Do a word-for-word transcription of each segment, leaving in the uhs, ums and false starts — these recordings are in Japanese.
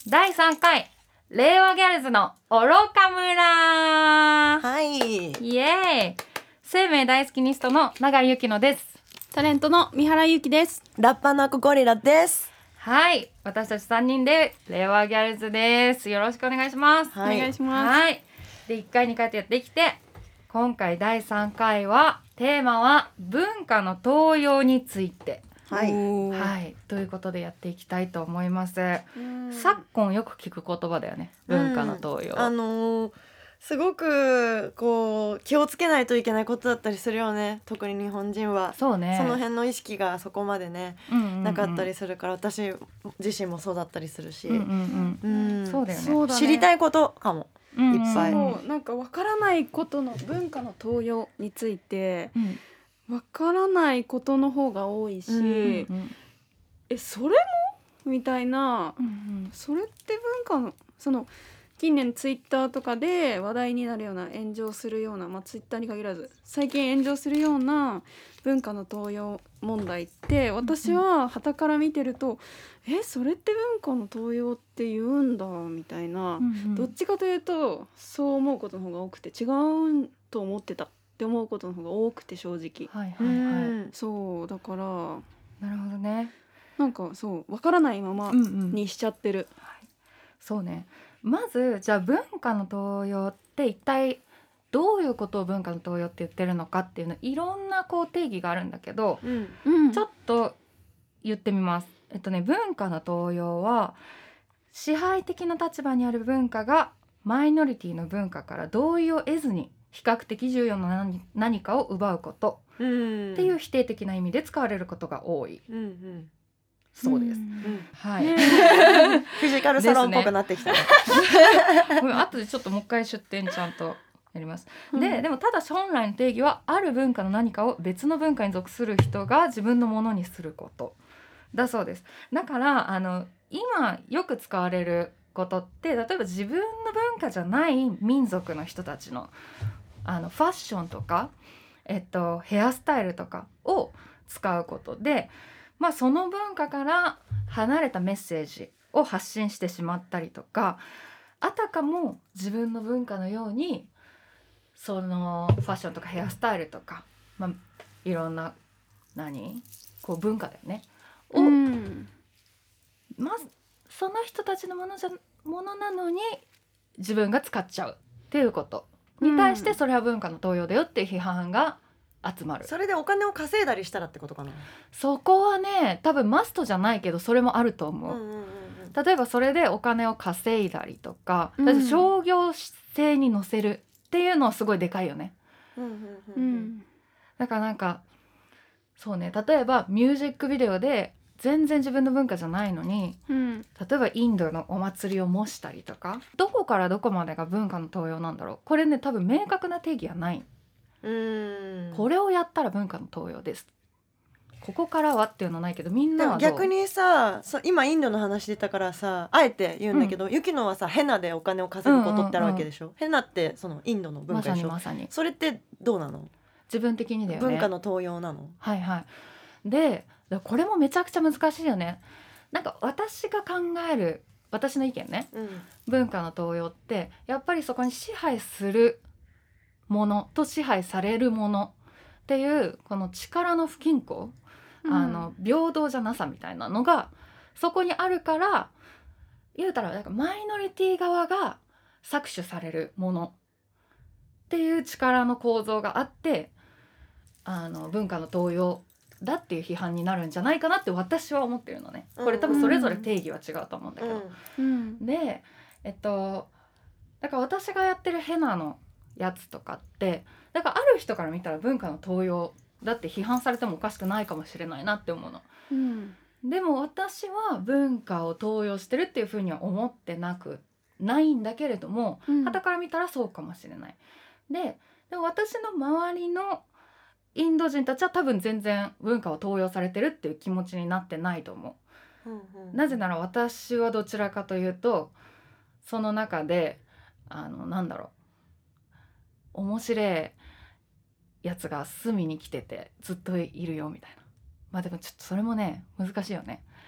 だいさんかい令和ギャルズの愚か村。 はいイエーイ。生命大好きニストの永井ゆきのです。 タレントの三原ゆきです。 ラッパーのアコゴリラです。 はい、私たちさんにんで令和ギャルズです。よろしくお願いします。 はいお願いします。 はい。でいっかいにかいとやってきて、今回だいさんかいはテーマは文化の登用について、 はいおーはい、ということでやっていきたいと思います。 うん昨今よく聞く言葉だよね、文化の登用。 うんあのー、すごくこう気をつけないといけないことだったりするよね。特に日本人はそうね、 その辺の意識がそこまでね、 うんうんうん、 なかったりするから、私自身もそうだったりするし、 うんうんうんうんそうだよね。 そうだね知りたいことかも。 うんうんいっぱいそうなんかわからないことの文化の登用についてうんわからないことの方が多いし、 うんうんえそれもみたいな、 うんそれって文化のその近年ツイッターとかで話題になるような炎上するような、まあ、ツイッターに限らず最近炎上するような文化の登用問題って私は傍から見てると、えそれって文化の登用って言うんだみたいな、 うんうんどっちかというとそう思うことの方が多くて、違うと思ってたって思うことの方が多くて正直、 はいはいはい、 うんそうだからなるほどね。 なんかそうわからないままうんうんにしちゃってる。 はい、そうね。まずじゃあ文化の登用って一体どういうことを文化の登用って言ってるのかっていうの、いろんなこう定義があるんだけど、 うんうんちょっと言ってみます。えっとね、文化の登用は支配的な立場にある文化がマイノリティの文化から同意を得ずに比較的重要な何何かを奪うことうんっていう否定的な意味で使われることが多いうんうんそうです。 んうんはい。 フィジカルサロンっぽくなってきたね。 これ後でちょっともう一回出典ちゃんとやります。 うんで、でもただし本来の定義はある文化の何かを別の文化に属する人が自分のものにすることだそうです。だからあの今よく使われることって例えば自分の文化じゃない民族の人たちのあのファッションとか、えっと、ヘアスタイルとかを使うことで、まあ、その文化から離れたメッセージを発信してしまったりとか、あたかも自分の文化のようにそのファッションとかヘアスタイルとか、まあ、いろんな何こう文化だよねを、 うんまずその人たちのものじゃものなのに自分が使っちゃうっていうことに対して、それは文化の登用だよっていう批判が集まる。 それでお金を稼いだりしたらってことかな。 そこはね多分マストじゃないけどそれもあると思う、 うんうんうん例えばそれでお金を稼いだりとか、 うんだって商業性に乗せるっていうのはすごいでかいよね。 うんうんううんんだからなんかそうね、例えばミュージックビデオで全然自分の文化じゃないのに、 うん例えばインドのお祭りを模したりとか、どこからどこまでが文化の登用なんだろう。これね多分明確な定義はない、 うんこれをやったら文化の登用です、ここからはっていうのはないけど、みんでなはどう？ も逆にさ、そう今インドの話出たからさ、あえて言うんだけど、ユキノはさヘナでお金を稼ぐことってあるわけでしょ、ヘナってそのインドの文まさ化でしょ、 にまさにそれってどうなの？ 自分的にだよね。 文化の登用なの？ はいはい。でこれもめちゃくちゃ難しいよね。なんか私が考える私の意見ね、 うん文化の登用ってやっぱりそこに支配するものと支配されるものっていうこの力の不均衡、あの平等じゃなさみたいなのがそこにあるから、言うたらなんかマイノリティ側が搾取されるものっていう力の構造があって、あの文化の登用だっていう批判になるんじゃないかなって私は思ってるのね。これ多分それぞれ定義は違うと思うんだけど、 うんでえっとだから私がやってるヘナのやつとかってだからある人から見たら文化の登用だって批判されてもおかしくないかもしれないなって思うの。 うんでも私は文化を登用してるっていうふうには思ってなくないんだけれども、 うん傍から見たらそうかもしれない。ででも私の周りのインド人たちは多分全然文化を登用されてるっていう気持ちになってないと思う。 うんうんなぜなら私はどちらかというとその中であのなんだろう面白いやつが隅に来ててずっといるよみたいな。まあでもちょっとそれもね難しいよね。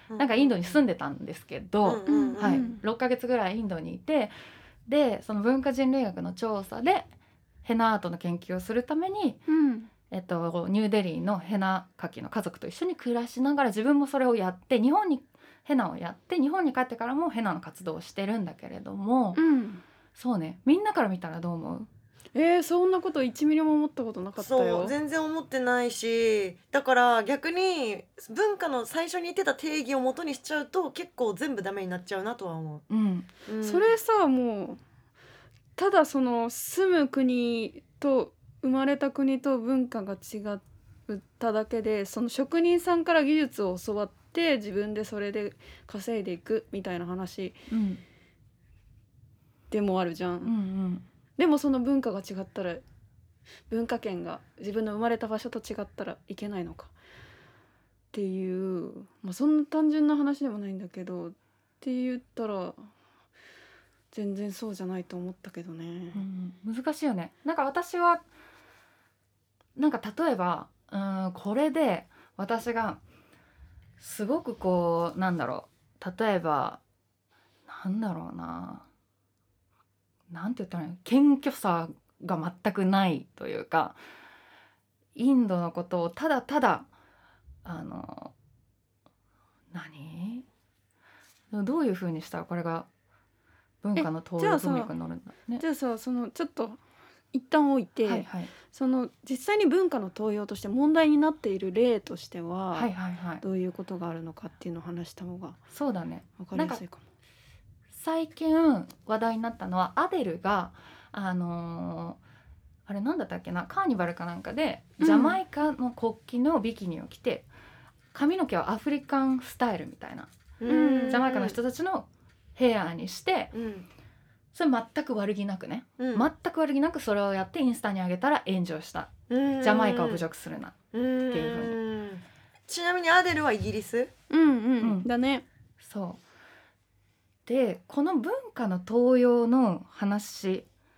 なんかインドに住んでたんですけど、 うんうんうんはい、ろっかげつぐらいインドにいて、でその文化人類学の調査でヘナアートの研究をするために、 うんえっと、ニューデリーのヘナ描きの家族と一緒に暮らしながら自分もそれをやって日本にヘナをやって日本に帰ってからもヘナの活動をしてるんだけれども、 うんそうね、みんなから見たらどう思う？ えー、そんなこといちミリも思ったことなかったそよ。 う全然思ってないし、だから逆に文化の最初に言ってた定義を元にしちゃうと結構全部ダメになっちゃうなとは思うんう、うん、 それさもうただその住む国と生まれた国と文化が違っただけで、その職人さんから技術を教わって自分でそれで稼いでいくみたいな話うんでもあるじゃん、 うんうんでもその文化が違ったら文化圏が自分の生まれた場所と違ったらいけないのかっていう、まあ、そんな単純な話でもないんだけどって言ったら全然そうじゃないと思ったけどね。 うん、難しいよね。なんか私はなんか例えばうんこれで私がすごくこうなんだろう、例えばなんだろうな、なんて言ったらいいの、謙虚さが全くないというか、インドのことをただただあの何どういう風にしたらこれが文化の登用文脈になるんだろうね。 じゃあさそのちょっと一旦置いて、 はいはいその実際に文化の登用として問題になっている例としては、 はいはいはい、 どういうことがあるのかっていうのを話した方がそうだね。 分かりやすいかも。 最近話題になったのはアデルがあのーあれなんだったっけな、カーニバルかなんかでうんジャマイカの国旗のビキニを着て、髪の毛はアフリカンスタイルみたいな、 うんジャマイカの人たちのヘアにして、 うんそれ全く悪気なくね、 うん全く悪気なくそれをやってインスタに上げたら炎上した。 うんジャマイカを侮辱するな。 っていう風ちなみにアデルはイギリス？ うんうん、 うんだね。 そうで、この文化の登用の話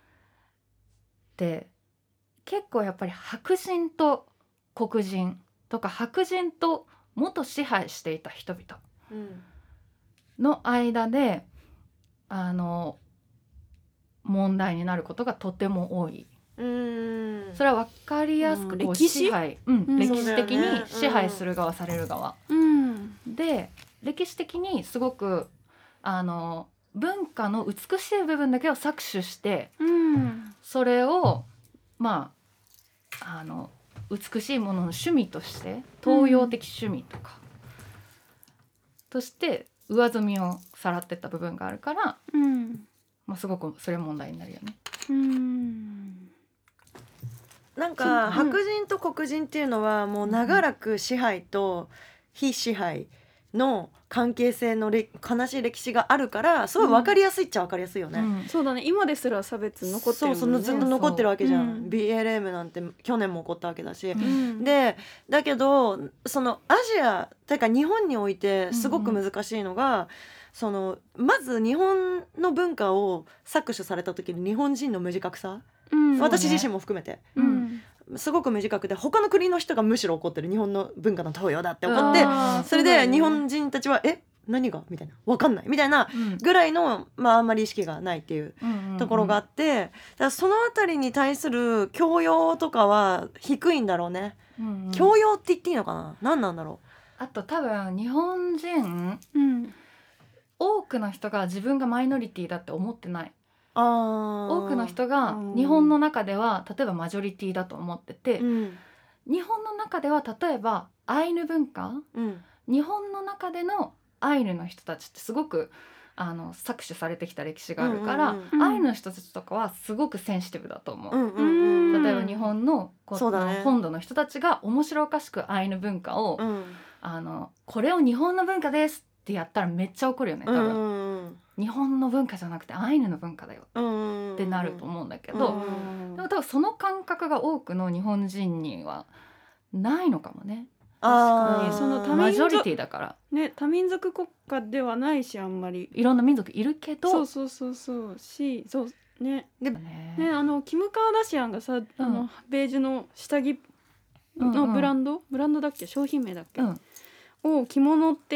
って結構やっぱり白人と黒人とか白人と元支配していた人々 うんの間であの問題になることがとても多い。 うんそれは分かりやすくこううん歴史支配、うんうん歴史的にそうだよね支配する側、される側うんで、歴史的にすごくあの文化の美しい部分だけを搾取してうんそれをまああの美しいものの趣味として東洋的趣味とか、として上積みをさらってった部分があるから、 うんまあ、すごくそれ問題になるよね。 うんなんかそう白人と黒人っていうのはもう長らく支配と非支配の関係性のれ悲しい歴史があるからすごい分かりやすいっちゃ分かりやすいよね、 うんそうだね、今ですら差別残ってるもんね。 そうそのずっと残ってるわけじゃん、 うんビーエルエム なんて去年も起こったわけだし、 うんでだけどそのアジアてか日本においてすごく難しいのが、そのまず日本の文化を搾取された時に日本人の無自覚さ、 うん私自身も含めてうんすごく無自覚で他の国の人がむしろ怒ってる、日本の文化の登用だって怒って、 あーそれそうだよねで日本人たちはえ何がみたいな分かんないみたいなうんぐらいの、まあ、あんまり意識がないっていううんところがあって、だからそのあたりに対する教養とかは低いんだろうね、 うんうん教養って言っていいのかな、何なんだろあと多分日本人うん多くの人が自分がマイノリティだって思ってない。 う。あ多くの人がうん日本の中では例えばマジョリティだと思ってて、 うん日本の中では例えばアイヌ文化、 うん日本の中でのアイヌの人たちってすごくあの搾取されてきた歴史があるから、 うんうんうんアイヌの人たちとかはすごくセンシティブだと思う。 うんうんうん例えば日本のこそうだね本土の人たちが面白おかしくアイヌ文化を、 うんあのこれを日本の文化ですってやったらめっちゃ怒るよね多う分、 んうん日本の文化じゃなくてアイヌの文化だようんってなると思うんだけうど、 んでも多分その感覚が多くの日本人にはないのかもね。 あー確かにその多民マジョリティだからね、多民族国家ではないしあんまり。 いろんな民族いるけど、 そうそうそうそうし、そうねねね、あのキム・カーダシアンがさ、あのベージュの下着のブランド、ブランドだっけ、商品名だっけ、 うんを着物って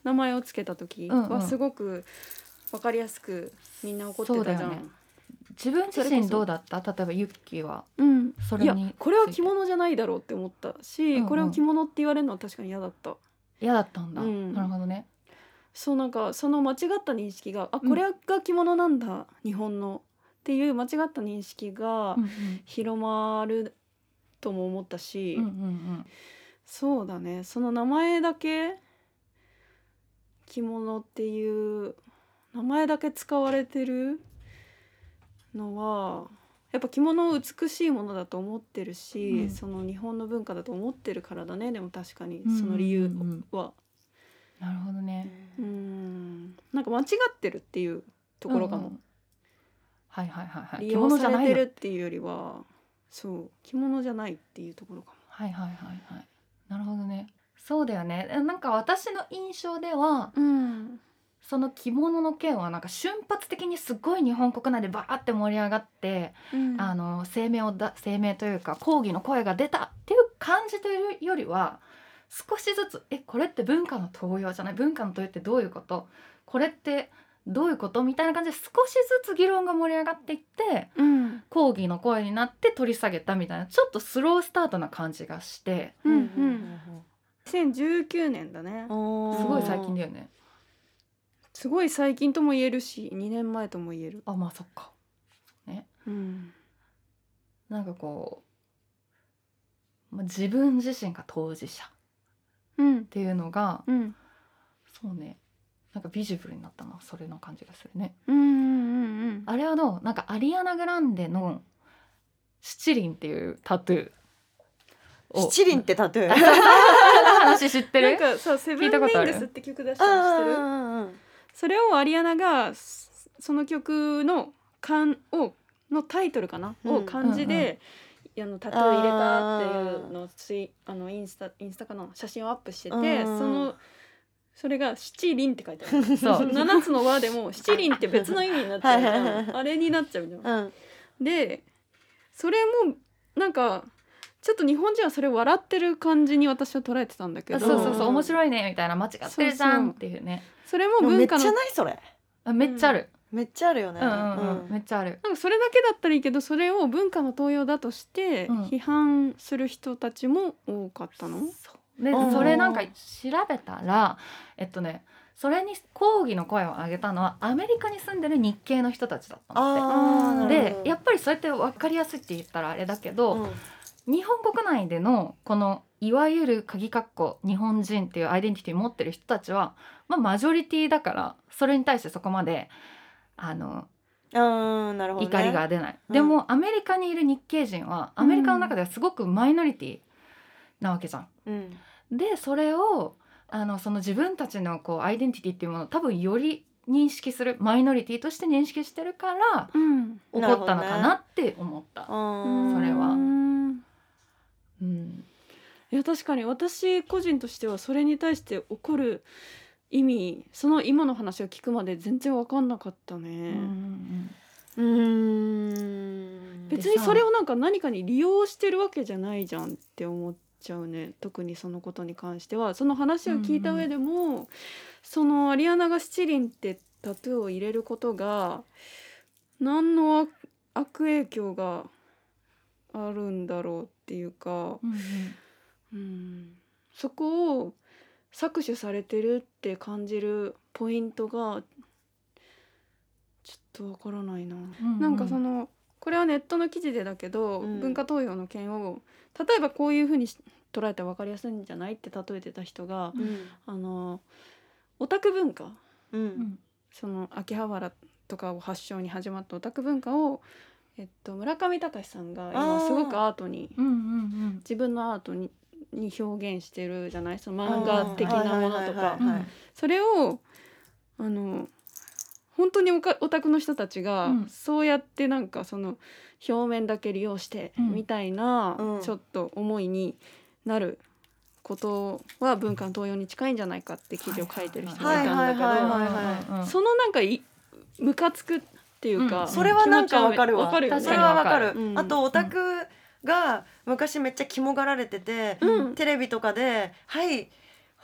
名前をつけた時はすごく分かりやすくみんな怒ってたじゃん、 そうだよね。自分自身どうだった？例えばユッキーはうん、 それにいやこれは着物じゃないだろうって思ったし、 うんうん、 これを着物って言われるのは確かに嫌だった。 嫌だったんだ、 うん、 なるほどね。 そうなんかその間違った認識があこれが着物なんだ、うん、日本のっていう間違った認識が広まるとも思ったし、 うんうんうん、 そうだね、その名前だけ着物っていう名前だけ使われてるのはやっぱ着物を美しいものだと思ってるし、うん、その日本の文化だと思ってるからだね。でも確かにその理由は、うんうんうん、 なるほどね。 うーん、なんか間違ってるっていうところかも、うんうん、 はいはいはいはい、 利用されてるっていうよりはそう着物じゃないっていうところかも。 はいはいはいはい、なるほどね。そうだよね。なんか私の印象では、 うん、 その着物の件はなんか瞬発的にすごい日本国内でバーって盛り上がって、うん、あの声明をだ声明というか抗議の声が出たっていう感じというよりは、少しずつえこれって文化の盗用じゃない、文化の盗用ってどういうこと、これってどういうことみたいな感じで少しずつ議論が盛り上がっていって、うん、抗議の声になって取り下げたみたいな、ちょっとスロースタートな感じがして、 うんうんうん、にせんじゅうきゅうねんだね。 すごい最近だよね。 すごい最近とも言えるしにねんまえとも言える。 あ、まあそっかね、 うん、 なんかこう、まあ、自分自身が当事者っていうのが、 うん、 そうね、なんかビジブルになったな、それの感じがするね。 うんうんうんうん、 あれはどう、なんかアリアナ・グランデの七輪っていうタトゥー、 七輪ってタトゥー話知ってる？ なんかさ、セブンリングスって曲出したの知ってる？それをアリアナがその曲の漢をのタイトルかな、うん、を漢字で、うんうん、あのタトゥー入れたっていうのをツイあのインスタインスタかな写真をアップしてて、そのそれが七輪って書いてある。そうななつの和でも七輪って別の意味になっちゃうじゃんあれになっちゃうじゃん、うん、でそれもなんかちょっと日本人はそれ笑ってる感じに私は捉えてたんだけど、 そうそうそう面白いねみたいな、間違ってるじゃんっていうね。 それも文化のめっちゃないそれ。 あ、めっちゃある、 うん、めっちゃあるよね、 うんうんうん、めっちゃある。 なんかそれだけだったらいいけど、それを文化の盗用だとして批判する人たちも多かったの、うん、 そうでそれなんか調べたらえっとねそれに抗議の声を上げたのはアメリカに住んでる日系の人たちだったので、でやっぱりそうやって分かりやすいって言ったらあれだけど、うん、日本国内でのこのいわゆる鍵括弧日本人っていうアイデンティティを持ってる人たちは、まあ、マジョリティだからそれに対してそこまであのあ、なるほどね、 怒りが出ない、うん、でもアメリカにいる日系人はアメリカの中ではすごくマイノリティなわけじゃん、うん、でそれをあのその自分たちのこうアイデンティティっていうものを多分より認識する、マイノリティとして認識してるから、うん、怒ったのかなって思った、ね、それは、うん、 いや確かに私個人としてはそれに対して怒る意味、その今の話を聞くまで全然分かんなかったね。うんうん、うーん別にそれをなんか何かに利用してるわけじゃないじゃんって思っちゃうね。特にそのことに関してはその話を聞いた上でも、うんうん、そのアリアナが七輪ってタトゥーを入れることが何の悪影響があるんだろうっていうか、うんうんうん、そこを搾取されてるって感じるポイントがちょっとわからないな、うんうん、なんかそのこれはネットの記事でだけど、うん、文化盗用の件を例えばこういうふうに捉えたら分かりやすいんじゃないって例えてた人が、うん、あのオタク文化、うん、その秋葉原とかを発祥に始まったオタク文化を、えっと、村上隆さんが今すごくアートに、うんうんうん、自分のアートにに表現してるじゃない、その漫画的なものとか、それをあの本当にオタクの人たちが、うん、そうやってなんかその表面だけ利用して、うん、みたいな、うん、ちょっと思いになることは文化の盗用に近いんじゃないかって記事を書いてる人がいたんだけど、そのなんかいムカつくっていうか、 うん、それはなんかわかるわ、 かるよね、 それはわかる、うん、あとオタクが昔めっちゃ肝がられてて、うん、テレビとかではい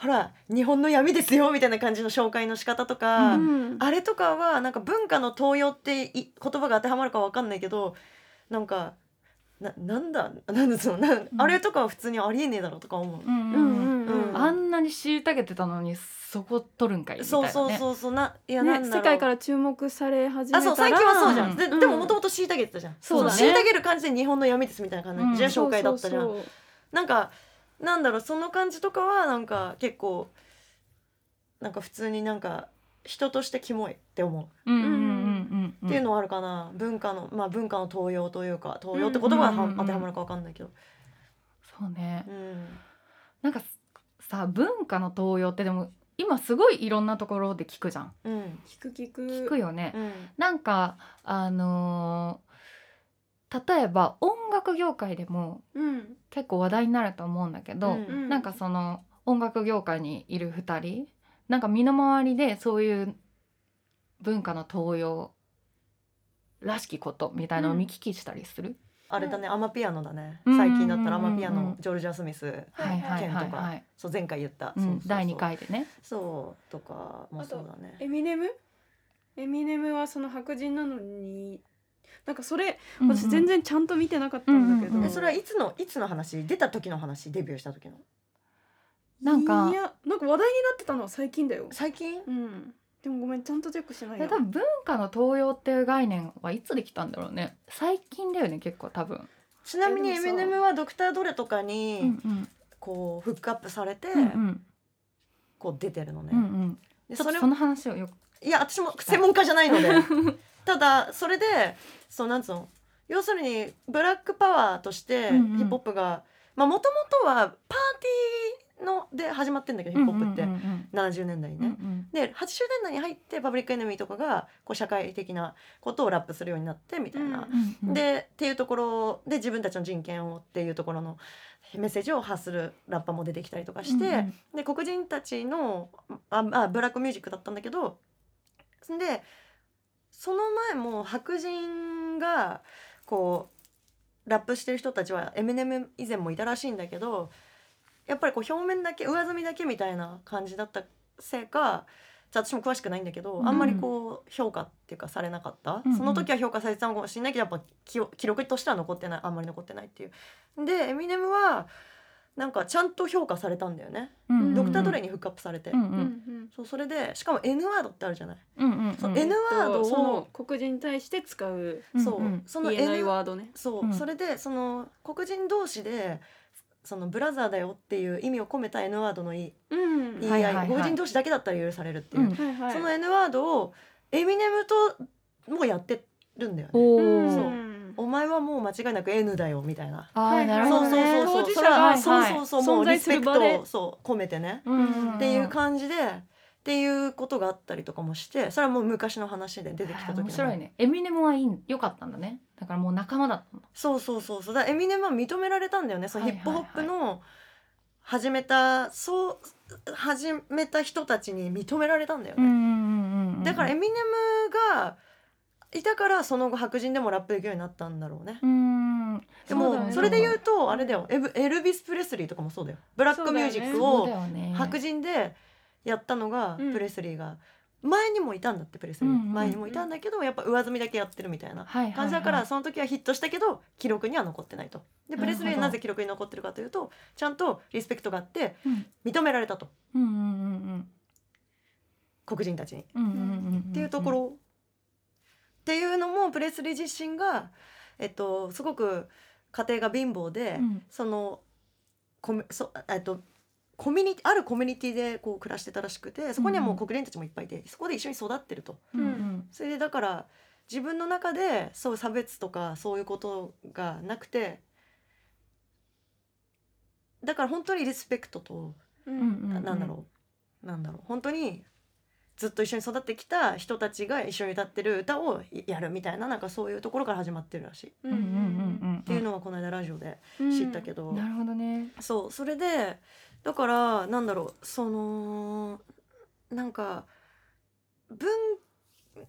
ほら日本の闇ですよみたいな感じの紹介の仕方とか、 ううんあれとかはなんか文化の盗用ってい言葉が当てはまるかわかんないけど、なんかななんだなんだそのな、 んあれとかは普通にありえねえだろうとか思う。 うんうんうんうんうんうんあんなに虐げてたのにそこ取るんかいみたいなね。 そうそうそうそうないやなね、 んだろう世界から注目され始めたらあそう最近はそうじゃん、 うんでうんでももともと虐げてたじゃん、 そうだねの虐げる感じで日本の闇ですみたいな感じで紹介だったじゃん、 そうそうなんかなんだろうその感じとかはなんか結構なんか普通になんか人としてキモいって思う、 うんうんうんうんうんっていうのはあるかな。文化のまあ文化の盗用というか盗用って言葉がはうんうんうん当てはまるかわかんないけど、 そうねうんなんかさ文化の盗用ってでも今すごいいろんなところで聞くじゃん。 うん聞く聞く聞くよね。 うんなんかあのー例えば音楽業界でもうん結構話題になると思うんだけど、 うんうんなんかその音楽業界にいるふたりなんか身の回りでそういう文化の盗用らしきことみたいなのを見聞きしたりする、 あれだねアマピアノだね、 うん最近だったらアマピアうんうんうんノジョルジャ・スミスはいはい剣とか、 はいはい、 そう前回言った、 うんそうそうそうだいにかいでね。 そうとかもそうだね。 エミネムエミネムはその白人なのになんかそれうんうん私全然ちゃんと見てなかったんだけど、 うんうんうんえそれはいつのいつの話、出た時の話、デビューした時のなんかいやなんか話題になってたのは最近だよ。 最近？ うんでもごめんちゃんとチェックしてないや。 いや多分文化の盗用っていう概念はいつできたんだろうね。最近だよね結構多分。 ちなみにエえでもさミネムはドクター・ドレとかうんにうんこうフックアップされてうんうんこう出てるのね、 うんうんでそれちょっとその話をよく。 いや私も専門家じゃないのでただそれでそうなんつうの要するにブラックパワーとしてヒうんうんップホップがまあもともとはパーティーので始まってんだけどヒップホップってうんうんうんななじゅうねんだいにうんうね、 んではちじゅうねんだいに入ってパブリックエネミーとかがこう社会的なことをラップするようになってみたいな、 うんうんでっていうところで自分たちの人権をっていうところのメッセージを発するラッパーも出てきたりとかして、 うんうんで黒人たちのああブラックミュージックだったんだけどでその前も白人がこうラップしてる人たちはエミネム以前もいたらしいんだけどやっぱりこう表面だけ上積みだけみたいな感じだったせいか私も詳しくないんだけど、 うんあんまりこう評価っていうかされなかった、 うんうんその時は評価されてたのかもしれないけどやっぱ記記録としては残ってないあんまり残ってないっていうでエミネムはなんかちゃんと評価されたんだよね、 うんうんうんドクター・ドレにフックアップされて、 うんううんんそうそれでしかも N ワードってあるじゃない、 うんうんそううん N ワードをその黒人に対して使うそう、 うんうんその言えない N ワードね。 そう、 うんそれでその黒人同士でそのブラザーだよっていう意味を込めた N ワードの言いうん言い合い、 はいはいはい黒人同士だけだったら許されるっていう、 うんはいはいその N ワードをエミネムともやってるんだよね。 おうんそうーお前はもう間違いなく N だよみたいな。 あーはいなるほどそうそうね。 そうそう。 当事者それはがそうそうそうもう存在リスペクする場でトをそう込めてね、 うんうんうんっていう感じでっていうことがあったりとかもしてそれはもう昔の話で出てきた時の面白いね。エミネムはいい良かったんだね。だからもう仲間だったんだ。 そうそうそうそうだからエミネムは認められたんだよねそのヒはいはいはいップホップの始めたそう始めた人たちに認められたんだよね、 うんうんうんうんうん。 だからエミネムがいたからその後白人でもラップできるようになったんだろうね、 うんでそうもだねそれで言うとあれだよエブエルビス・プレスリーとかもそうだよブラックミュージックそうをだよね。 白人でやったのがうんプレスリーが前にもいたんだってプレスリー、 うんうん前にもいたんだけどやっぱ上積みだけやってるみたいなはいはいはい感じだからその時はヒットしたけど記録には残ってないとでプレスリーなるほどなぜ記録に残ってるかというとちゃんとリスペクトがあってうん認められたとうんうんうん黒人たちに、 うんうんうんうんっていうところ、っていうのもプレスリー自身が、えっと、すごく家庭が貧乏で、 うんそのコミそえっとコミュニティあるコミュニティでこう暮らしてたらしくてそこにはもう黒人たちもいっぱいいてそこで一緒に育ってるとうんうんそれでだから自分の中でそう差別とかそういうことがなくてだから本当にリスペクトと、 ううんうんうんなんだろうなんだろう本当にずっと一緒に育ってきた人たちが一緒に歌ってる歌をやるみたいななんかそういうところから始まってるらしい、っうんうんうんうんうんていうのはこの間ラジオでうん知ったけど、 なるほどね。 そうそれでだからなんだろうそのなんか文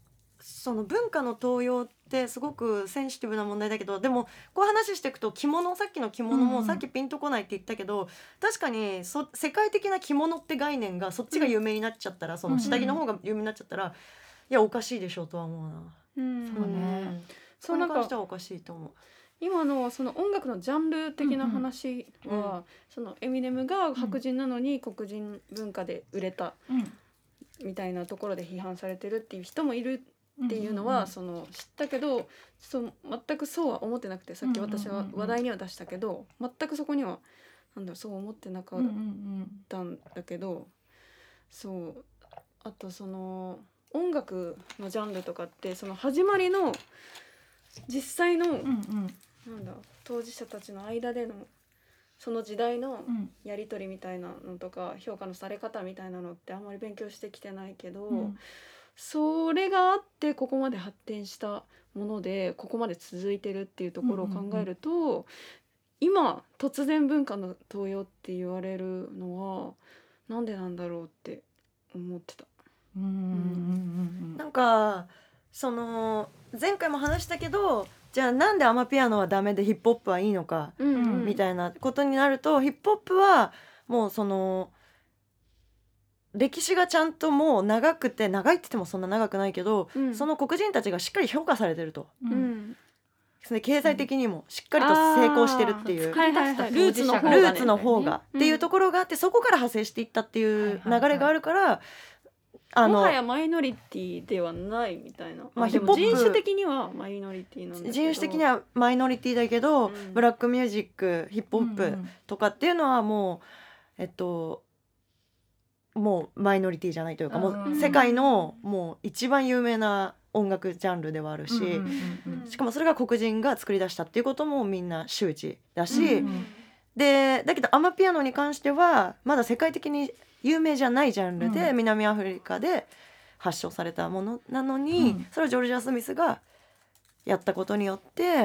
その文化の盗用ってすごくセンシティブな問題だけど、でもこう話していくと着物、さっきの着物うんうんもさっきピンとこないって言ったけど、確かにそ世界的な着物って概念がそっちが有名になっちゃったら、その下着の方が有名になっちゃったら、いやおかしいでしょうとは思うな。 うんそうねんそうなんかこれに関してはおかしいと思う。 今のその音楽のジャンル的な話は、 うんうんそのエミネムが白人なのに黒人文化で売れたうんみたいなところで批判されてるっていう人もいるっていうのうんうんうんはその知ったけど、そう全くそうは思ってなくて、さっき私は話題には出したけど、全くそこにはなんだろうそう思ってなかっうんうんたんだけど、そうあとその音楽のジャンルとかってその始まりの実際の、 うんうんなんだ当事者たちの間でのその時代のうんやり取りみたいなのとか評価のされ方みたいなのってあんまり勉強してきてないけど、 うんそれがあってここまで発展したものでここまで続いてるっていうところを考えると、今突然文化の盗用って言われるのはなんでなんだろうって思ってた。 うんうんうんなんかその前回も話したけど、じゃあなんでアマピアノはダメでヒップホップはいいのかうんうんみたいなことになると、ヒップホップはもうその歴史がちゃんともう長くて、長いって言ってもそんな長くないけど、 うんその黒人たちがしっかり評価されてると、 うんううんんそれで経済的にもしっかりと成功してるっていう、 作り出したルーツの方がねルーツの方がうんっていうところがあって、そこから派生していったっていう流れがあるから、あのもはやマイノリティではないみたいな、 まあでもヒップホップ人種的にはマイノリティなんだけど、 人種的にはマイノリティだけど、 うんブラックミュージック、ヒップホップうんとかっていうのはもうえっともうマイノリティじゃないというか、もうんう世界のもう一番有名な音楽ジャンルではあるし、 うんうんうんしかもそれが黒人が作り出したっていうこともみんな周知だし、 うんうんでだけどアマピアノに関してはまだ世界的に有名じゃないジャンルで、 うん南アフリカで発祥されたものなのに、 うんそれをジョルジア・スミスがやったことによって、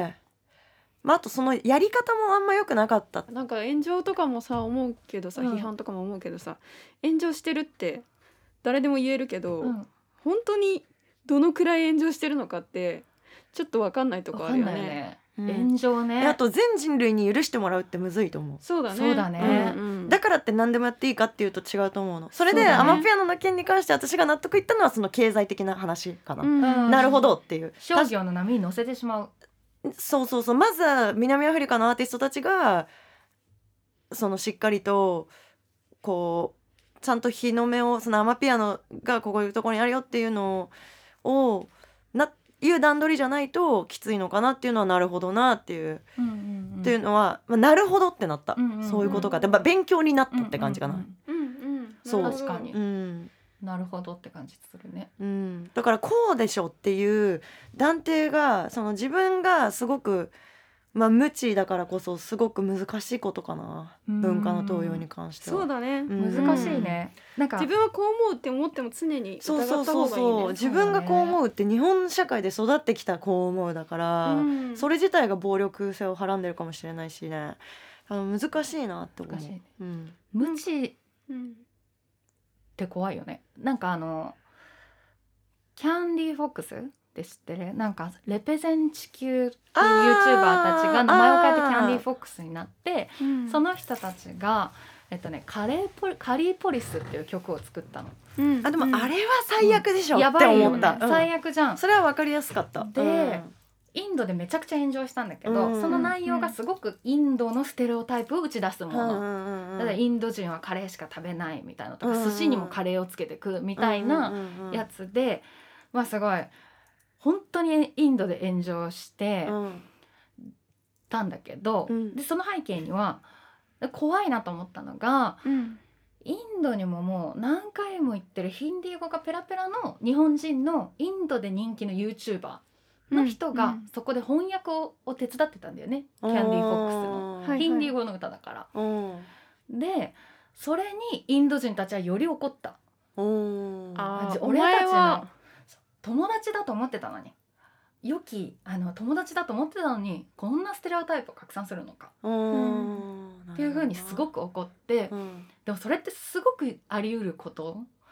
まあ、あとそのやり方もあんま良くなかった。 なんか炎上とかもさ思うけどさ、 うん批判とかも思うけどさ、炎上してるって誰でも言えるけど、 うん本当にどのくらい炎上してるのかってちょっと分かんないとこわかんあるよね。 ないよね。 うん炎上ね。 であと全人類に許してもらうってむずいと思う。 そうだね。 そうだねうんうんだからって何でもやっていいかっていうと違うと思うの。それでそうだねアマピアノの件に関して私が納得いったのはその経済的な話かな、 うんうんなるほどっていう。 商業の波に乗せてしまう。 そうそうそう、まずは南アフリカのアーティストたちがそのしっかりとこうちゃんと日の目を、そのアマピアノがこういうところにあるよっていうのをないう段取りじゃないときついのかなっていうのはなるほどなっていう、 うんうんうんっていうのは、まあ、なるほどってなった、 うんうんうんそういうことかって、まあ、勉強になったって感じかな。 うんうんうんそうなるほど確かにうんなるほどって感じするね。 うん、だからこうでしょっていう断定が、その自分がすごく、まあ、無知だからこそすごく難しいことかな、 うん文化の盗用に関しては。 そうだね、 うん難しいね。なんか自分はこう思うって思っても常に疑そうそうったそうそう、 方がいいね。 自分がこう思うって日本社会で育ってきたこう思うだから、 うんそれ自体が暴力性をはらんでるかもしれないしね、あの難しいなって思う。 難しいねうん無知っうんて怖いよね。なんかあのキャンディーフォックスって知ってる？なんかレペゼン地球っていう YouTuber たちが名前を変えてキャンディーフォックスになって、 うんその人たちがえっとねカレーポリカリーポリスっていう曲を作ったの。 うんあでもあれは最悪でしょやってばいよね思った、。うん最悪じゃん。 それは分かりやすかった。 でインドでめちゃくちゃ炎上したんだけど、 うんその内容がすごくインドのステレオタイプを打ち出すもの、 のだからインド人はカレーしか食べないみたいなとか、 うん寿司にもカレーをつけて食うみたいなやつで、まあすごい本当にインドで炎上してうんたんだけど、 うんでその背景には怖いなと思ったのが、 うんインドにももう何回も言ってるヒンディー語がペラペラの日本人のインドで人気の YouTuberの人がうんそこで翻訳をを手伝ってたんだよね、キャンディーフォックスの、 はいヒンディー語の歌だから。 うんでそれにインド人たちはより怒った。 うんあー俺たちのお前は友達だと思ってたのに、良きあの友達だと思ってたのにこんなステレオタイプを拡散するのかうんっていう風にすごく怒って、 うんでもそれってすごくあり得ること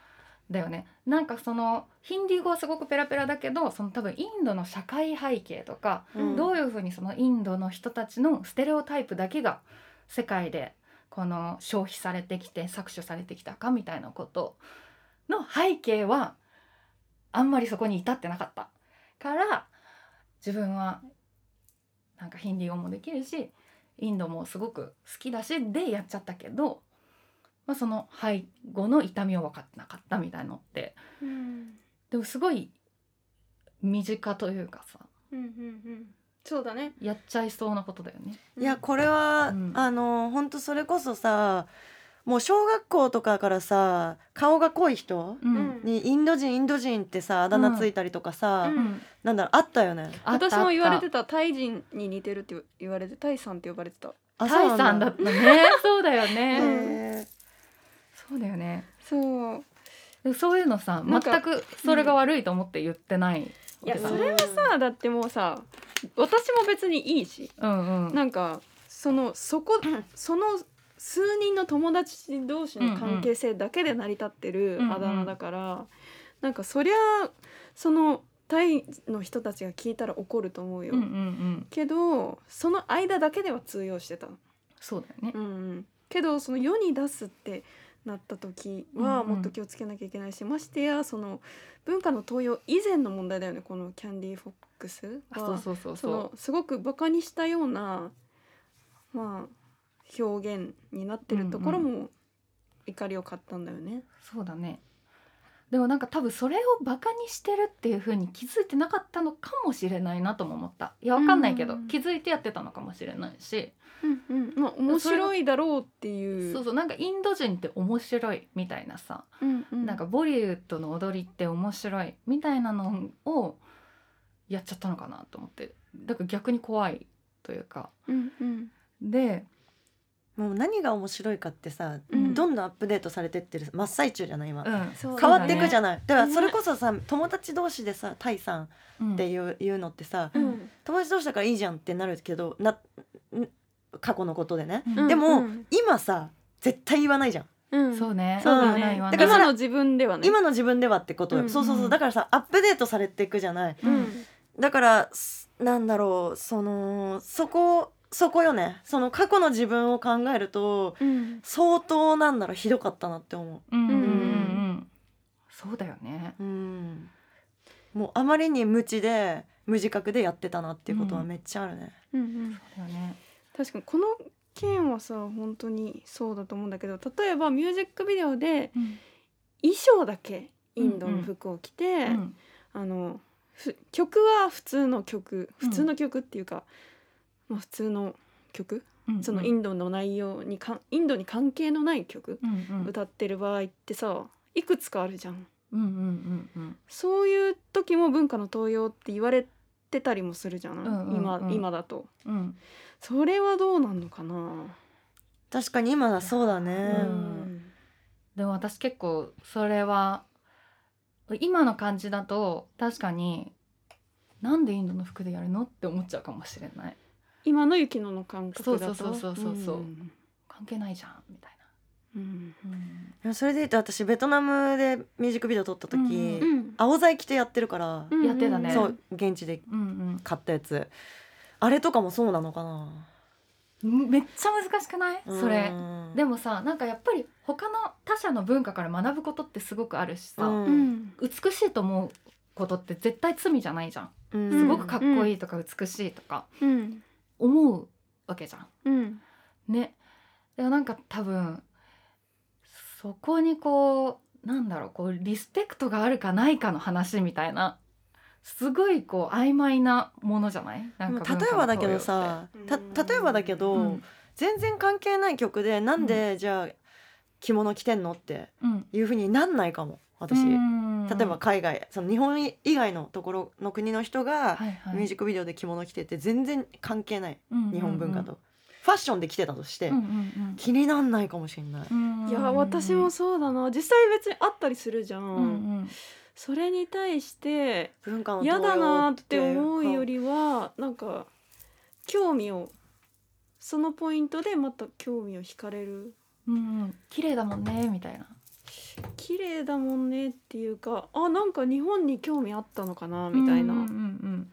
だよね。なんかそのヒンディー語はすごくペラペラだけど、その多分インドの社会背景とか、 うんどういうふうにそのインドの人たちのステレオタイプだけが世界でこの消費されてきて搾取されてきたかみたいなことの背景はあんまりそこに至ってなかったから自分はなんかヒンディー語もできるしインドもすごく好きだしでやっちゃったけど、まあ、その背後の痛みを分かってなかったみたいのってうんでもすごい身近というかさうんうんうんそうだね。 やっちゃいそうなことだよね。 いやこれは、 うんあの本当それこそさもう小学校とかからさ顔が濃い人ううんんにインド人インド人ってさあだ名ついたりとかさ、 うんうんなんだろうあったよね。 あった私も言われてたたタイ人に似てるって言われてタイさんって呼ばれてた。 あタイさんだったねそうだよへねーそうだよね。 そうでそういうのさなんか全くそれが悪いと思って言ってないいやわけさそれはさだってもうさ私も別にいいしうんうんなんかそのそこその数人の友達同士の関係性だけで成り立ってるあだ名だから、なんかそりゃそのタイの人たちが聞いたら怒ると思うよ、 うんうんうんけどその間だけでは通用してた、 そうだよねうんうん、けどその世に出すってなった時はもっと気をつけなきゃいけないし、ましてやその文化の盗用以前の問題だよね。このキャンディーフォックスはあそうそうそうそそうのすごくバカにしたような、まあ、表現になってるところも怒りを買ったんだよね。 そうだね。でもなんか多分それをバカにしてるっていう風に気づいてなかったのかもしれないなとも思った。いやわかんないけど、 うん気づいてやってたのかもしれないし、 うんうんまあ、面白いだろうっていう。 そうそうなんかインド人って面白いみたいなさ、 うんうん、 なんかボリウッドの踊りって面白いみたいなのをやっちゃったのかなと思って、だから逆に怖いというかうんうんで、 もう何が面白いかってさ、 うんどんどんアップデートされてってる真っ最中じゃない今、 うんそう変わっていくじゃない、 ない。だからそれこそさ友達同士でさタイさんうんっていう,、いうのってさうん友達同士だからいいじゃんってなるけどなん過去のことでね、 うんでも、 うん今さ絶対言わないじゃん。 うんそうねそうだ言わないね言わないだから今の自分ではね今の自分ではってことよ、 うんそうそうそううんだからさアップデートされていくじゃない。 うんだからすなんだろうそのそこそこよね。その過去の自分を考えるとうん相当なんだろうひどかったなって思うんうんうんううんんそうだよね。 う。うんもうあまりに無知で無自覚でやってたなっていうことはめっちゃあるね。 うんうんそうだよね。 確かにこの件はさ本当にそうだと思うんだけど、例えばミュージックビデオでうん衣装だけインドの服を着て、 うんあのふ曲は普通の曲うん普通の曲っていうか、まあ、普通の曲、 うんそのインドの内容にかインドに関係のない曲、 うんうん歌ってる場合ってさいくつかあるじゃん。 うんうんうんうんそういう時も文化の盗用って言われてたりもするじゃない、 うんうんうん今今だと。 うんそれはどうなんのかな。 確かに今はそうだね。 うんでも私結構それは今の感じだと確かになんでインドの服でやるのって思っちゃうかもしれない。 今の雪乃の感覚だとそうそうそうそうそうん関係ないじゃんみたいうんな。うんでもそれで言うと私ベトナムでミュージックビデオ撮った時、 うんうん青材着てやってるから、 うんやってたねそう現地でうん買ったやつあれとかもそうなのかな。 うんめっちゃ難しくないそれ。 うんでもさなんかやっぱり他の他者の文化から学ぶことってすごくあるしさ、 うんうん美しいと思うことって絶対罪じゃないじゃん。 うんすごくかっこいいとか美しいとかうん思うわけじゃん。 うんね。でもなんか多分そこにこうなんだろうこうリスペクトがあるかないかの話みたいなすごいこう曖昧なものじゃないなんか文化の例えばだけど盗さうんた例えばだけど、 用って全然関係ない曲でなんで、じゃあ着物着てんのってうんうんいう風になんないかも私、 うん例えば海外その日本以外のところの国の人がはいはいミュージックビデオで着物着てて全然関係ないうん日本文化と、ファッションで着てたとして、 うんうん気になんないかもしれない、 うんいや私もそうだな。実際別にあったりするじゃん、 うんうんそれに対して文化の嫌だなって思うよりりはなんか興味をそのポイントでまた興味を惹かれるうんうん綺麗だもんねみたいな。 綺麗だもんねっていうか、あなんか日本に興味あったのかなみたいなうんうんうんうん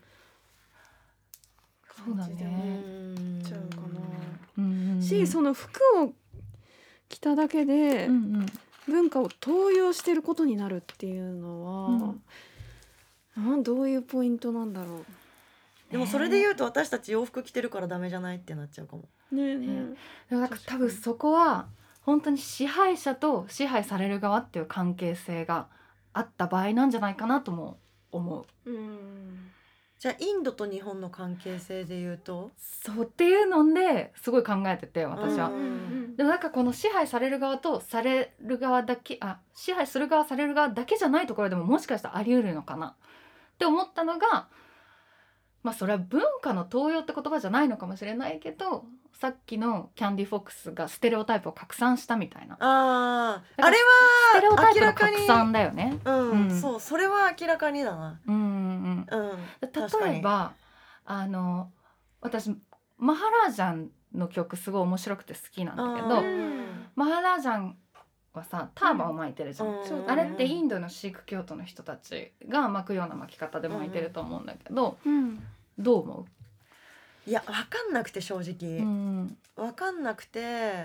そうだ感じでね思っちゃうかな、 うんうんうんしその服を着ただけでうんうん文化を盗用してることになるっていうのは、うん、どういうポイントなんだろう。 でもそれで言うと私たち洋服着てるからダメじゃないってなっちゃうかも。 ねえねえ、 でもなんか多分そこは本当に支配者と支配される側っていう関係性があった場合なんじゃないかなとも思う。 うんじゃあインドと日本の関係性で言うとそうっていうのですごい考えてて私は。 うんうんでもなんかこの支配される側とされる側だけあ支配する側される側だけじゃないところでももしかしたらあり得るのかなって思ったのが、まあそれは文化の盗用って言葉じゃないのかもしれないけど、さっきのキャンディ・フォックスがステレオタイプを拡散したみたいな。 あーだからあれステレオタイプの明らかに拡散だよね。 はうん、 うんそうそれは明らかにだな。 うんうんうんうん、 確かに例えばあの私マハラージャンの曲すごい面白くて好きなんだけあど、 ーマハラージャンはさターバンを巻いてるじゃん、 うんそうあれってインドのシーク教徒の人たちが巻くような巻き方で巻いてると思うんだけど、 うんどう思いや分かんなくて正う、 直、 うん分かんなくて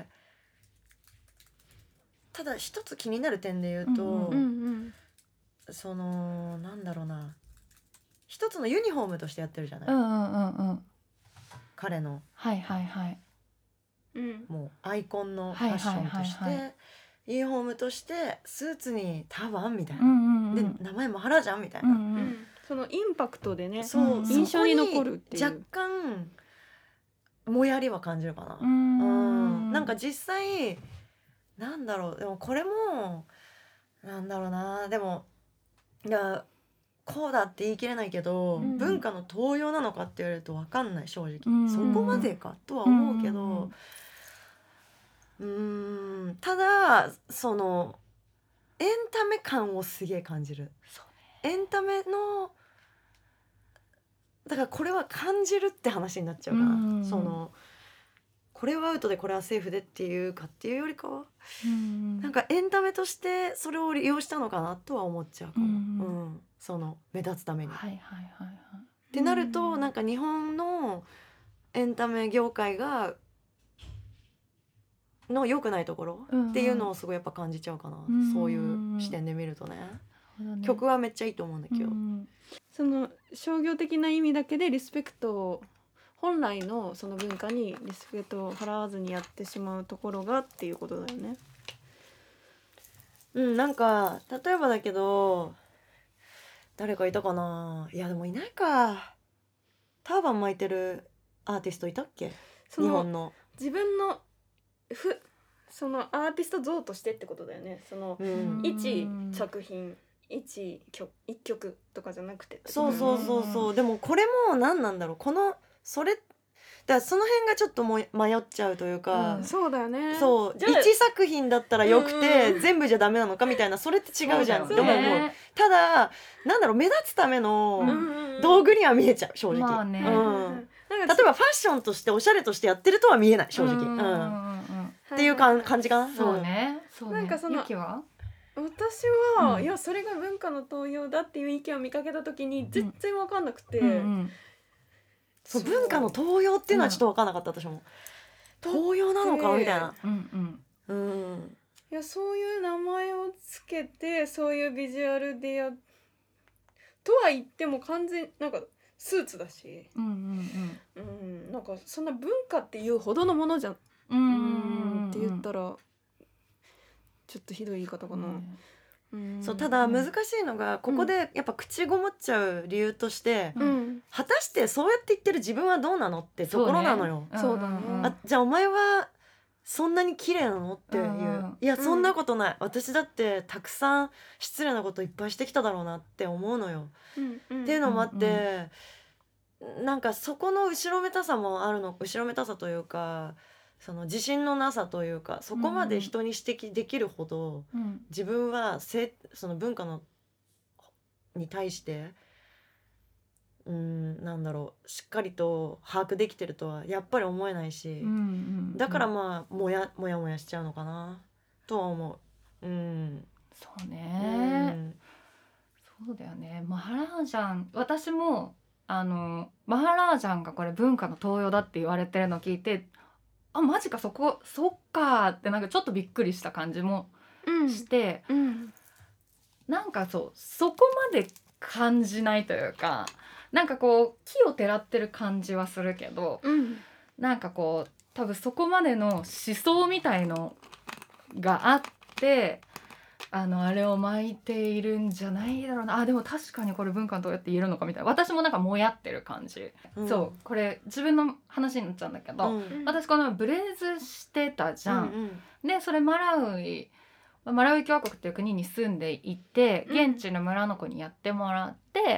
ただ一つ気になる点で言うと、 うんうんうんそのなんだろうな一つのユニフォームとしてやってるじゃない、 うんうんうんうん彼のはいはいはいうんもうアイコンのファッションとして、 はいはいはいはユニフォームとしてスーツにターバンみたいな、 うんうんうんで名前マハラジャンみたいな、 うんううんんそのインパクトでねそう、 うん印象に残るっていうそこに若干もやりは感じるかな、 うーんなんか実際なんだろうでもこれもなんだろうなでもいやこうだって言い切れないけど、 うん文化の盗用なのかって言われると分かんない正直、 うんそこまでかとは思うけどうーんただそのエンタメ感をすげえ感じる。 そうエンタメのだからこれは感じるって話になっちゃうかな、 うんそのこれはアウトでこれはセーフでっていうかっていうよりかはうんなんかエンタメとしてそれを利用したのかなとは思っちゃうかも、 ううんんその目立つために、 はいはいはいはいってなると、 うんなんか日本のエンタメ業界がの良くないところっていうのをすごいやっぱ感じちゃうかな、 うんそういう視点で見るとね、 なるほどね曲はめっちゃいいと思うんだけど、 うんその商業的な意味だけでリスペクトを本来のその文化にリスペクトを払わずにやってしまうところがっていうことだよね。 うん、なんか例えばだけど誰かいたかないやでもいないかターバン巻いてるアーティストいたっけその日本の、 自分のふそのアーティスト像としてってことだよね。そのうん、 一作品一曲一曲とかじゃなくてってことそうそうそうそうでもこれも何なんだろうこのそれだからその辺がちょっとも迷っちゃうというか、 うんそうだよね。 そうじゃあ一作品だったらよくて、 うん全部じゃダメなのかみたいなそれって違うじゃんってそう思う、 だよねただなんだろう目立つためのうんうんうん道具には見えちゃう正直、 まあねうんなんか例えばファッションとしておしゃれとしてやってるとは見えない正直、 ううんんうんっていうかん感じかな。 そうねそうねなんかそのゆきは私は、 うんいやそれが文化の盗用だっていう意見を見かけた時に全然分かんなくて、 うんうんそう文化の盗用っていうのはちょっと分かんなかった私も、盗用なのかみたいな、 うんうんうん、 いやそういう名前をつけてそういうビジュアルでやとは言っても完全なんかスーツだし、 うんうんうん、なんかそんな文化っていうほどのものじゃん、 うんうんって言ったらちょっとひどい言い方かな、うんそうただ難しいのがここでやっぱ口ごもっちゃう理由として、 ううん果たしてそうやって言ってる自分はどうなのってところなのよ、 そうだねあじゃあお前はそんなに綺麗なのっていう、 うんうんいやそんなことない、私だってたくさん失礼なこといっぱいしてきただろうなって思うのよ、 うんうんっていうのもあって、なんかそこの後ろめたさもあるの後ろめたさというかその自信のなさというかそこまで人に指摘できるほど、 うん自分はせその文化のに対してうーんなんだろうしっかりと把握できてるとはやっぱり思えないし、 うんうんだからまあもやもやもやしちゃうのかなとは思うんそううね、 んそうだよね。マハラージャン、私もあのマハラージャンがこれ文化の盗用だって言われてるのを聞いて、あマジか、そこそっかってなんかちょっとびっくりした感じもうんして、 うんなんかそうそこまで感じないというか、なんかこう木をてらってる感じはするけど、 うんなんかこう多分そこまでの思想みたいのがあって、あのあれを巻いているんじゃないだろうな。あでも確かにこれ文化の盗用って言えるのかみたいな、私もなんかもやってる感じ、 うんそうこれ自分の話になっちゃうんだけど、 うん私このブレイズしてたじゃん、 うんでそれマラウイマラウイ共和国っていう国に住んでいて、 うん現地の村の子にやってもらって、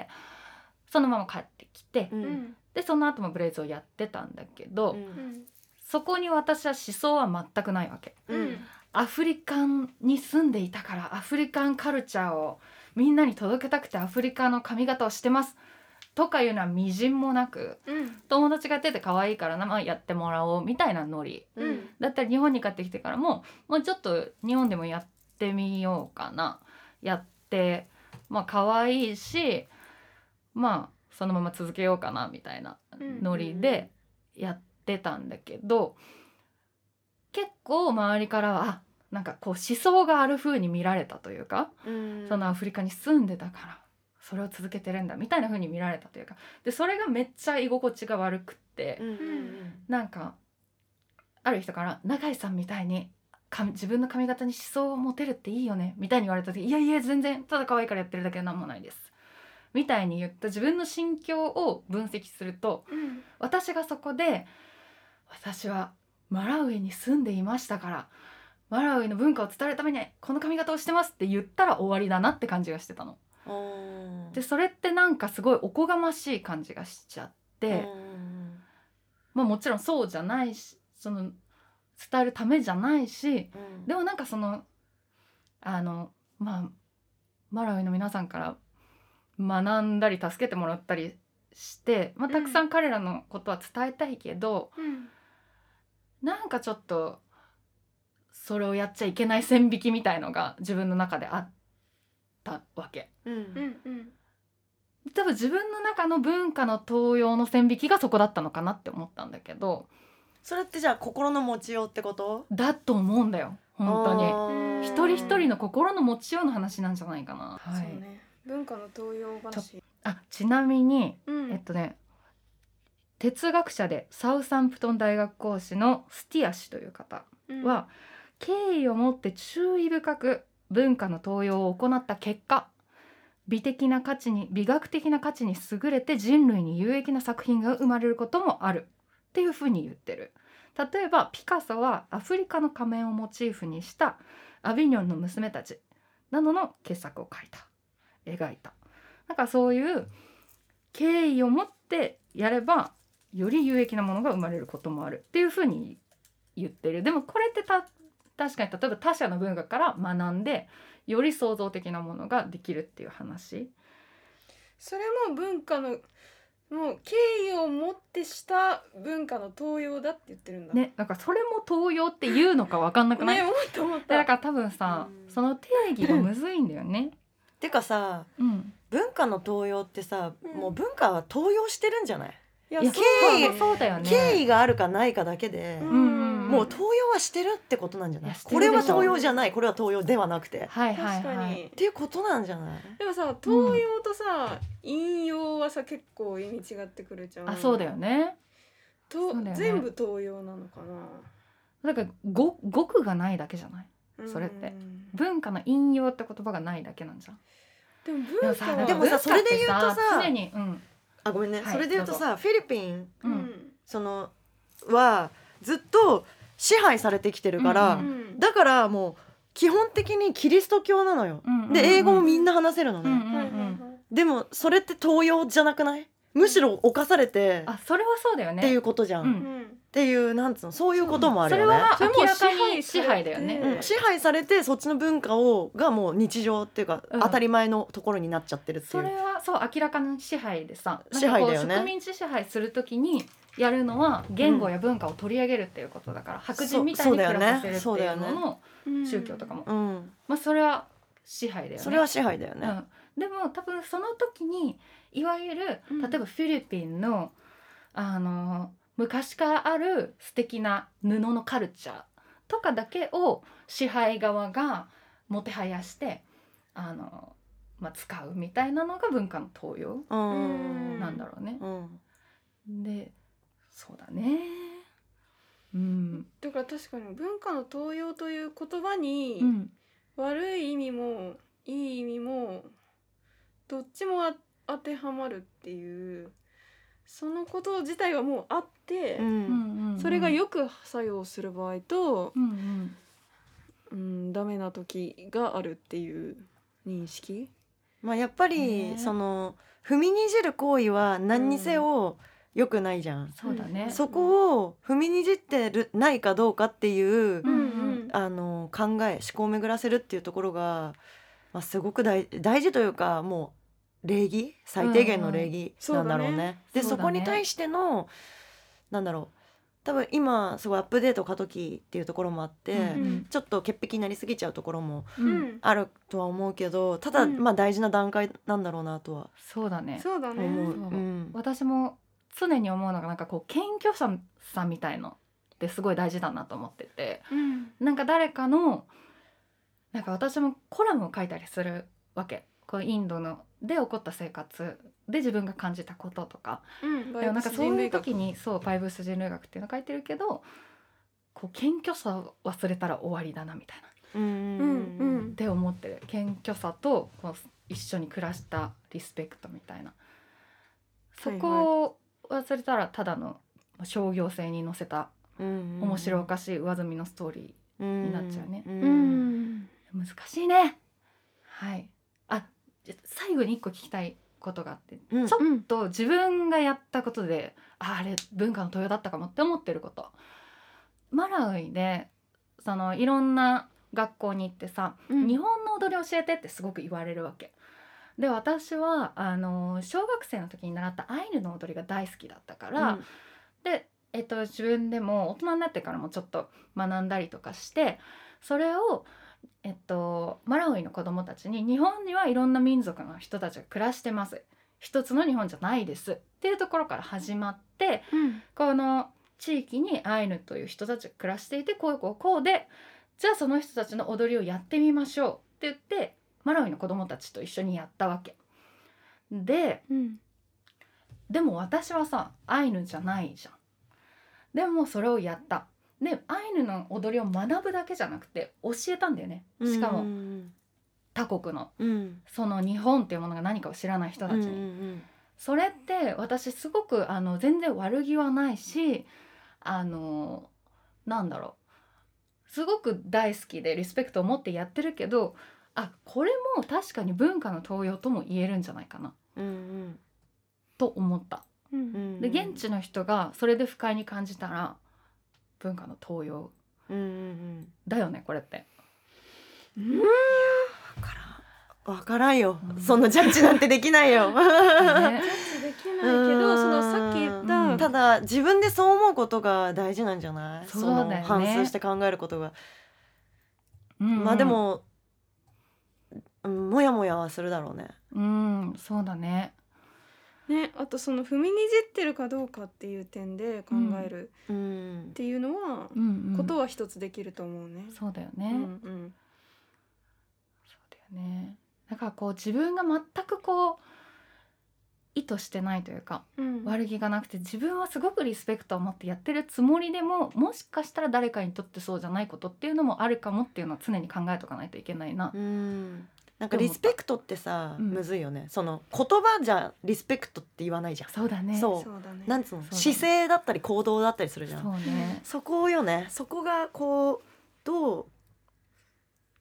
そのまま帰ってきて、 うんうんでその後もブレイズをやってたんだけど、 うんうんそこに私は思想は全くないわけ。 うんアフリカンに住んでいたからアフリカンカルチャーをみんなに届けたくてアフリカの髪型をしてますとかいうのはみじんもなく、 うん友達がやってて可愛いからな、まあ、やってもらおうみたいなノリうんだったり、日本に帰ってきてからももうちょっと日本でもやってみようかな、やってまあ可愛いし、まあそのまま続けようかなみたいなノリでやってたんだけど、結構周りからはあなんかこう思想がある風に見られたというか、 うんそのアフリカに住んでたからそれを続けてるんだみたいな風に見られたというか、でそれがめっちゃ居心地が悪くって、 うんうんなんかある人から永井さんみたいに髪自分の髪型に思想を持てるっていいよねみたいに言われた時、いやいや全然ただ可愛いからやってるだけなんもないですみたいに言った自分の心境を分析すると、 うん私がそこで私はマラウイに住んでいましたからマラウイの文化を伝えるためにこの髪型をしてますって言ったら終わりだなって感じがしてたの。 うんでそれってなんかすごいおこがましい感じがしちゃって、 うんまあもちろんそうじゃないし、その伝えるためじゃないし、 うんでもなんかそのあのまあマラウイの皆さんから学んだり助けてもらったりして、まあ、たくさん彼らのことは伝えたいけど、 うんなんかちょっとそれをやっちゃいけない線引きみたいのが自分の中であったわけ。 うんうんうん多分自分の中の文化の盗用の線引きがそこだったのかなって思ったんだけど、 それってじゃあ心の持ちようってこと？ だと思うんだよ本当に。 うん一人一人の心の持ちようの話なんじゃないかな。はい、 そうね、文化の盗用話。 あちなみにうんえっとね哲学者でサウサンプトン大学講師のスティア氏という方は、敬意を持って注意深く文化の盗用を行った結果、美的な価値に美学的な価値に優れて人類に有益な作品が生まれることもあるっていうふうに言ってる。例えばピカソはアフリカの仮面をモチーフにしたアビニョンの娘たちなどの傑作を描いた描いた。なんかそういう敬意を持ってやればより有益なものが生まれることもあるっていうふうに言ってる。でもこれってた確かに例えば他者の文化から学んでより創造的なものができるっていう話。 それも文化のもう敬意を持ってした文化の盗用だって言ってるんだね、なんかそれも盗用っていうのか分かんなくない？ ね思った思っただから多分さ、 うんその定義がむずいんだよね。 てかさ、 うん。 文化の盗用ってさ、 うんもう文化は盗用してるんじゃない？ いやいやそう敬意そうそうだよね。 敬意があるかないかだけで、 うんうんもう盗用はしてるってことなんじゃない？ いやしてるでしょこれは盗用じゃない、これは盗用ではなくて、 はいはいはい。 確かにっていうことなんじゃない？ でもさ盗用とさ、引用はさ結構意味違ってくるじゃん。 あ、そうだよね。 とそうだよね全部盗用なのかだから語語句がないだけじゃない？ な。 それってうん文化の引用って言葉がないだけなんじゃん。 でもでもさ文化はでもさそれで言うとさ常にうんあごめんね、 はいそれで言うとさフィリピンううんんそのはずっと支配されてきてるから、 うんうんだからもう基本的にキリスト教なのよ、 うんうんうんで英語もみんな話せるのね、 うんうんうんはいはいはいでもそれって盗用じゃなくない？ むしろ侵されてあそれはそうだよねっていうことじゃん、 うっうんていうなんつうのそういうこともあるよね。 それはそれも明らかに支配だよね、 うんうん、支配されてそっちの文化をがもう日常っていうか、 うん当たり前のところになっちゃってるっていそうれはそう明らかな支配でさ、 支配だよねなんかこう植民地支配するときにやるのは言語や文化を取り上げるっていうことだから、白人みたいに暮らさせるっていうのの宗教とかも、 うん、 まあそれは支配だよね。 それは支配だよね。 うん、でも多分その時にいわゆるうん例えばフィリピンの、あの昔からある素敵な布のカルチャーとかだけを支配側がもてはやしてあの、まあ、使うみたいなのが文化の登用うんなんだろうね。 うんでそうだね。うんだから確かに文化の登用という言葉に、 うん悪い意味もいい意味もどっちもあ当てはまるっていうそのこと自体はもうあって、 うんうんうん、 それがよく作用する場合と、 うんうんうん、ダメな時があるっていう認識。 まあ、やっぱりねその踏みにじる行為は何にせよ良くないじゃん、 そうだね。 うんそこを踏みにじってるないかどうかっていう、 うんうんあの考え思考を巡らせるっていうところが、まあ、すごく大大事というかもう礼儀最低限の礼儀なんだろうね。 うんうんでそうだねそこに対してのなんだろう多分今すごいアップデート過渡期っていうところもあって、 うんちょっと潔癖になりすぎちゃうところもううんん、 あるとは思うけどただ、 うんまあ大事な段階なんだろうなとはそうだね。 そうだね。 思う。 そううん私も常に思うのがなんかこう謙虚ささみたいのってすごい大事だなと思ってて、 うんなんか誰かのなんか私もコラムを書いたりするわけ。こうインドので起こった生活で自分が感じたこととか、 うん、 でもなんかそういう時にそうバイブス人類学っていうの書いてるけど、こう謙虚さを忘れたら終わりだなみたいなうんうんうんって思ってる。謙虚さとこう一緒に暮らしたリスペクトみたいな、そこを忘れたらただの商業性に乗せたうん面白おかしい上積みのストーリにになっちゃうねうんー、難しいね。はいあじゃ最後に一個聞きたいことがあって、 うんちょっと自分がやったことでああれ文化の登用だったかもって思ってること。マラウイでそのいろんな学校に行ってさ、 うん日本の踊り教えてってすごく言われるわけで、私はあの小学生の時に習ったアイヌの踊りが大好きだったから、で、えっと、自分でも大人になってからもちょっと学んだりとかして、それを、えっと、マラウイの子どもたちに日本にはいろんな民族の人たちが暮らしてます、一つの日本じゃないですっていうところから始まって、 うんこの地域にアイヌという人たちが暮らしていて、こうこうこうで、じゃあその人たちの踊りをやってみましょうって言ってマラウイの子どもたちと一緒にやったわけで、 うんでも私はさアイヌじゃないじゃん。でもそれをやったで、アイヌの踊りを学ぶだけじゃなくて教えたんだよね。しかもうん他国のうんその日本っていうものが何かを知らない人たちに、 うんうんそれって私すごくあの全然悪気はないし、あのなんだろう、すごく大好きでリスペクトを持ってやってるけど、あこれも確かに文化の登用とも言えるんじゃないかなうんうんと思った。 うんうんで現地の人がそれで不快に感じたら文化の登用うんうんだよねこれって。 うんわからんわからんよ、 うんそんなジャッジなんてできないよねできないけど、そのさっき言っうんたただ自分でそう思うことが大事なんじゃない？ そうだよねの反芻して考えることが、 うんうんまあでも、うん、もやもやはするだろうね。 うんそうだね。 ね、あとその踏みにじってるかどうかっていう点で考えるうんっていうのは、 うんうん、 ことは一つできると思うね。 そうだよね。 うんうんそうだよね。だからこう自分が全くこう意図してないというかうん悪気がなくて、自分はすごくリスペクトを持ってやってるつもりでも、もしかしたら誰かにとってそうじゃないことっていうのもあるかもっていうのは常に考えとかないといけないな。 うんなんかリスペクトってさ、 うんむずいよね。その言葉じゃリスペクトって言わないじゃん。 そうだね。 そうそうだね。 なんつうの、 そうだね姿勢だったり行動だったりするじゃん。 そうね。 そこよね。そこがこうどう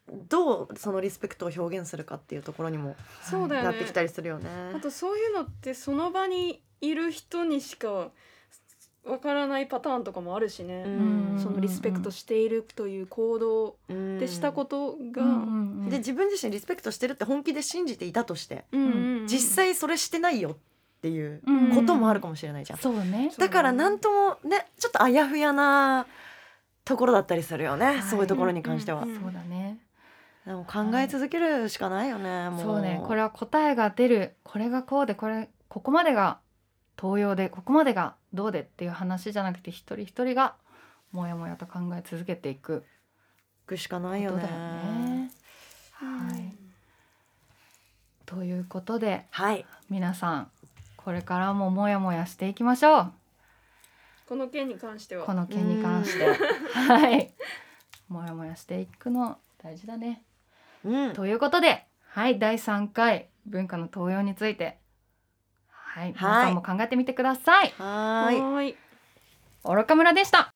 どうそのリスペクトを表現するかっていうところにもそうだよねなってきたりするよね。 あとそういうのってその場にいる人にしかわからないパターンとかもあるしね、 うんそのリスペクトしているという行動でしたことが、 うんうんうんで自分自身リスペクトしてるって本気で信じていたとして、 うんうんうん実際それしてないよっていううんこともあるかもしれないじゃん。 そうね。 だからなんともねちょっとあやふやなところだったりするよね、 はいそういうところに関しては、 うんうんそうだね。 でも考え続けるしかないよね、もう。 そうね。これは答えが出る。これがこうで、これここまでが東洋で、ここまでがどうでっていう話じゃなくて、一人一人がもやもやと考え続けていく行くしかなこいよね。 とだよね。はい。ということではい、 皆さんこれからももやもやしていきましょう。 この件に関してはこの件に関してはいもやもやしていくの大事だね。 うん、 ということで、はいだいさんかい文化の東洋について、はい、皆さんも考えてみてください。 はーい。 はーい愚か村でした。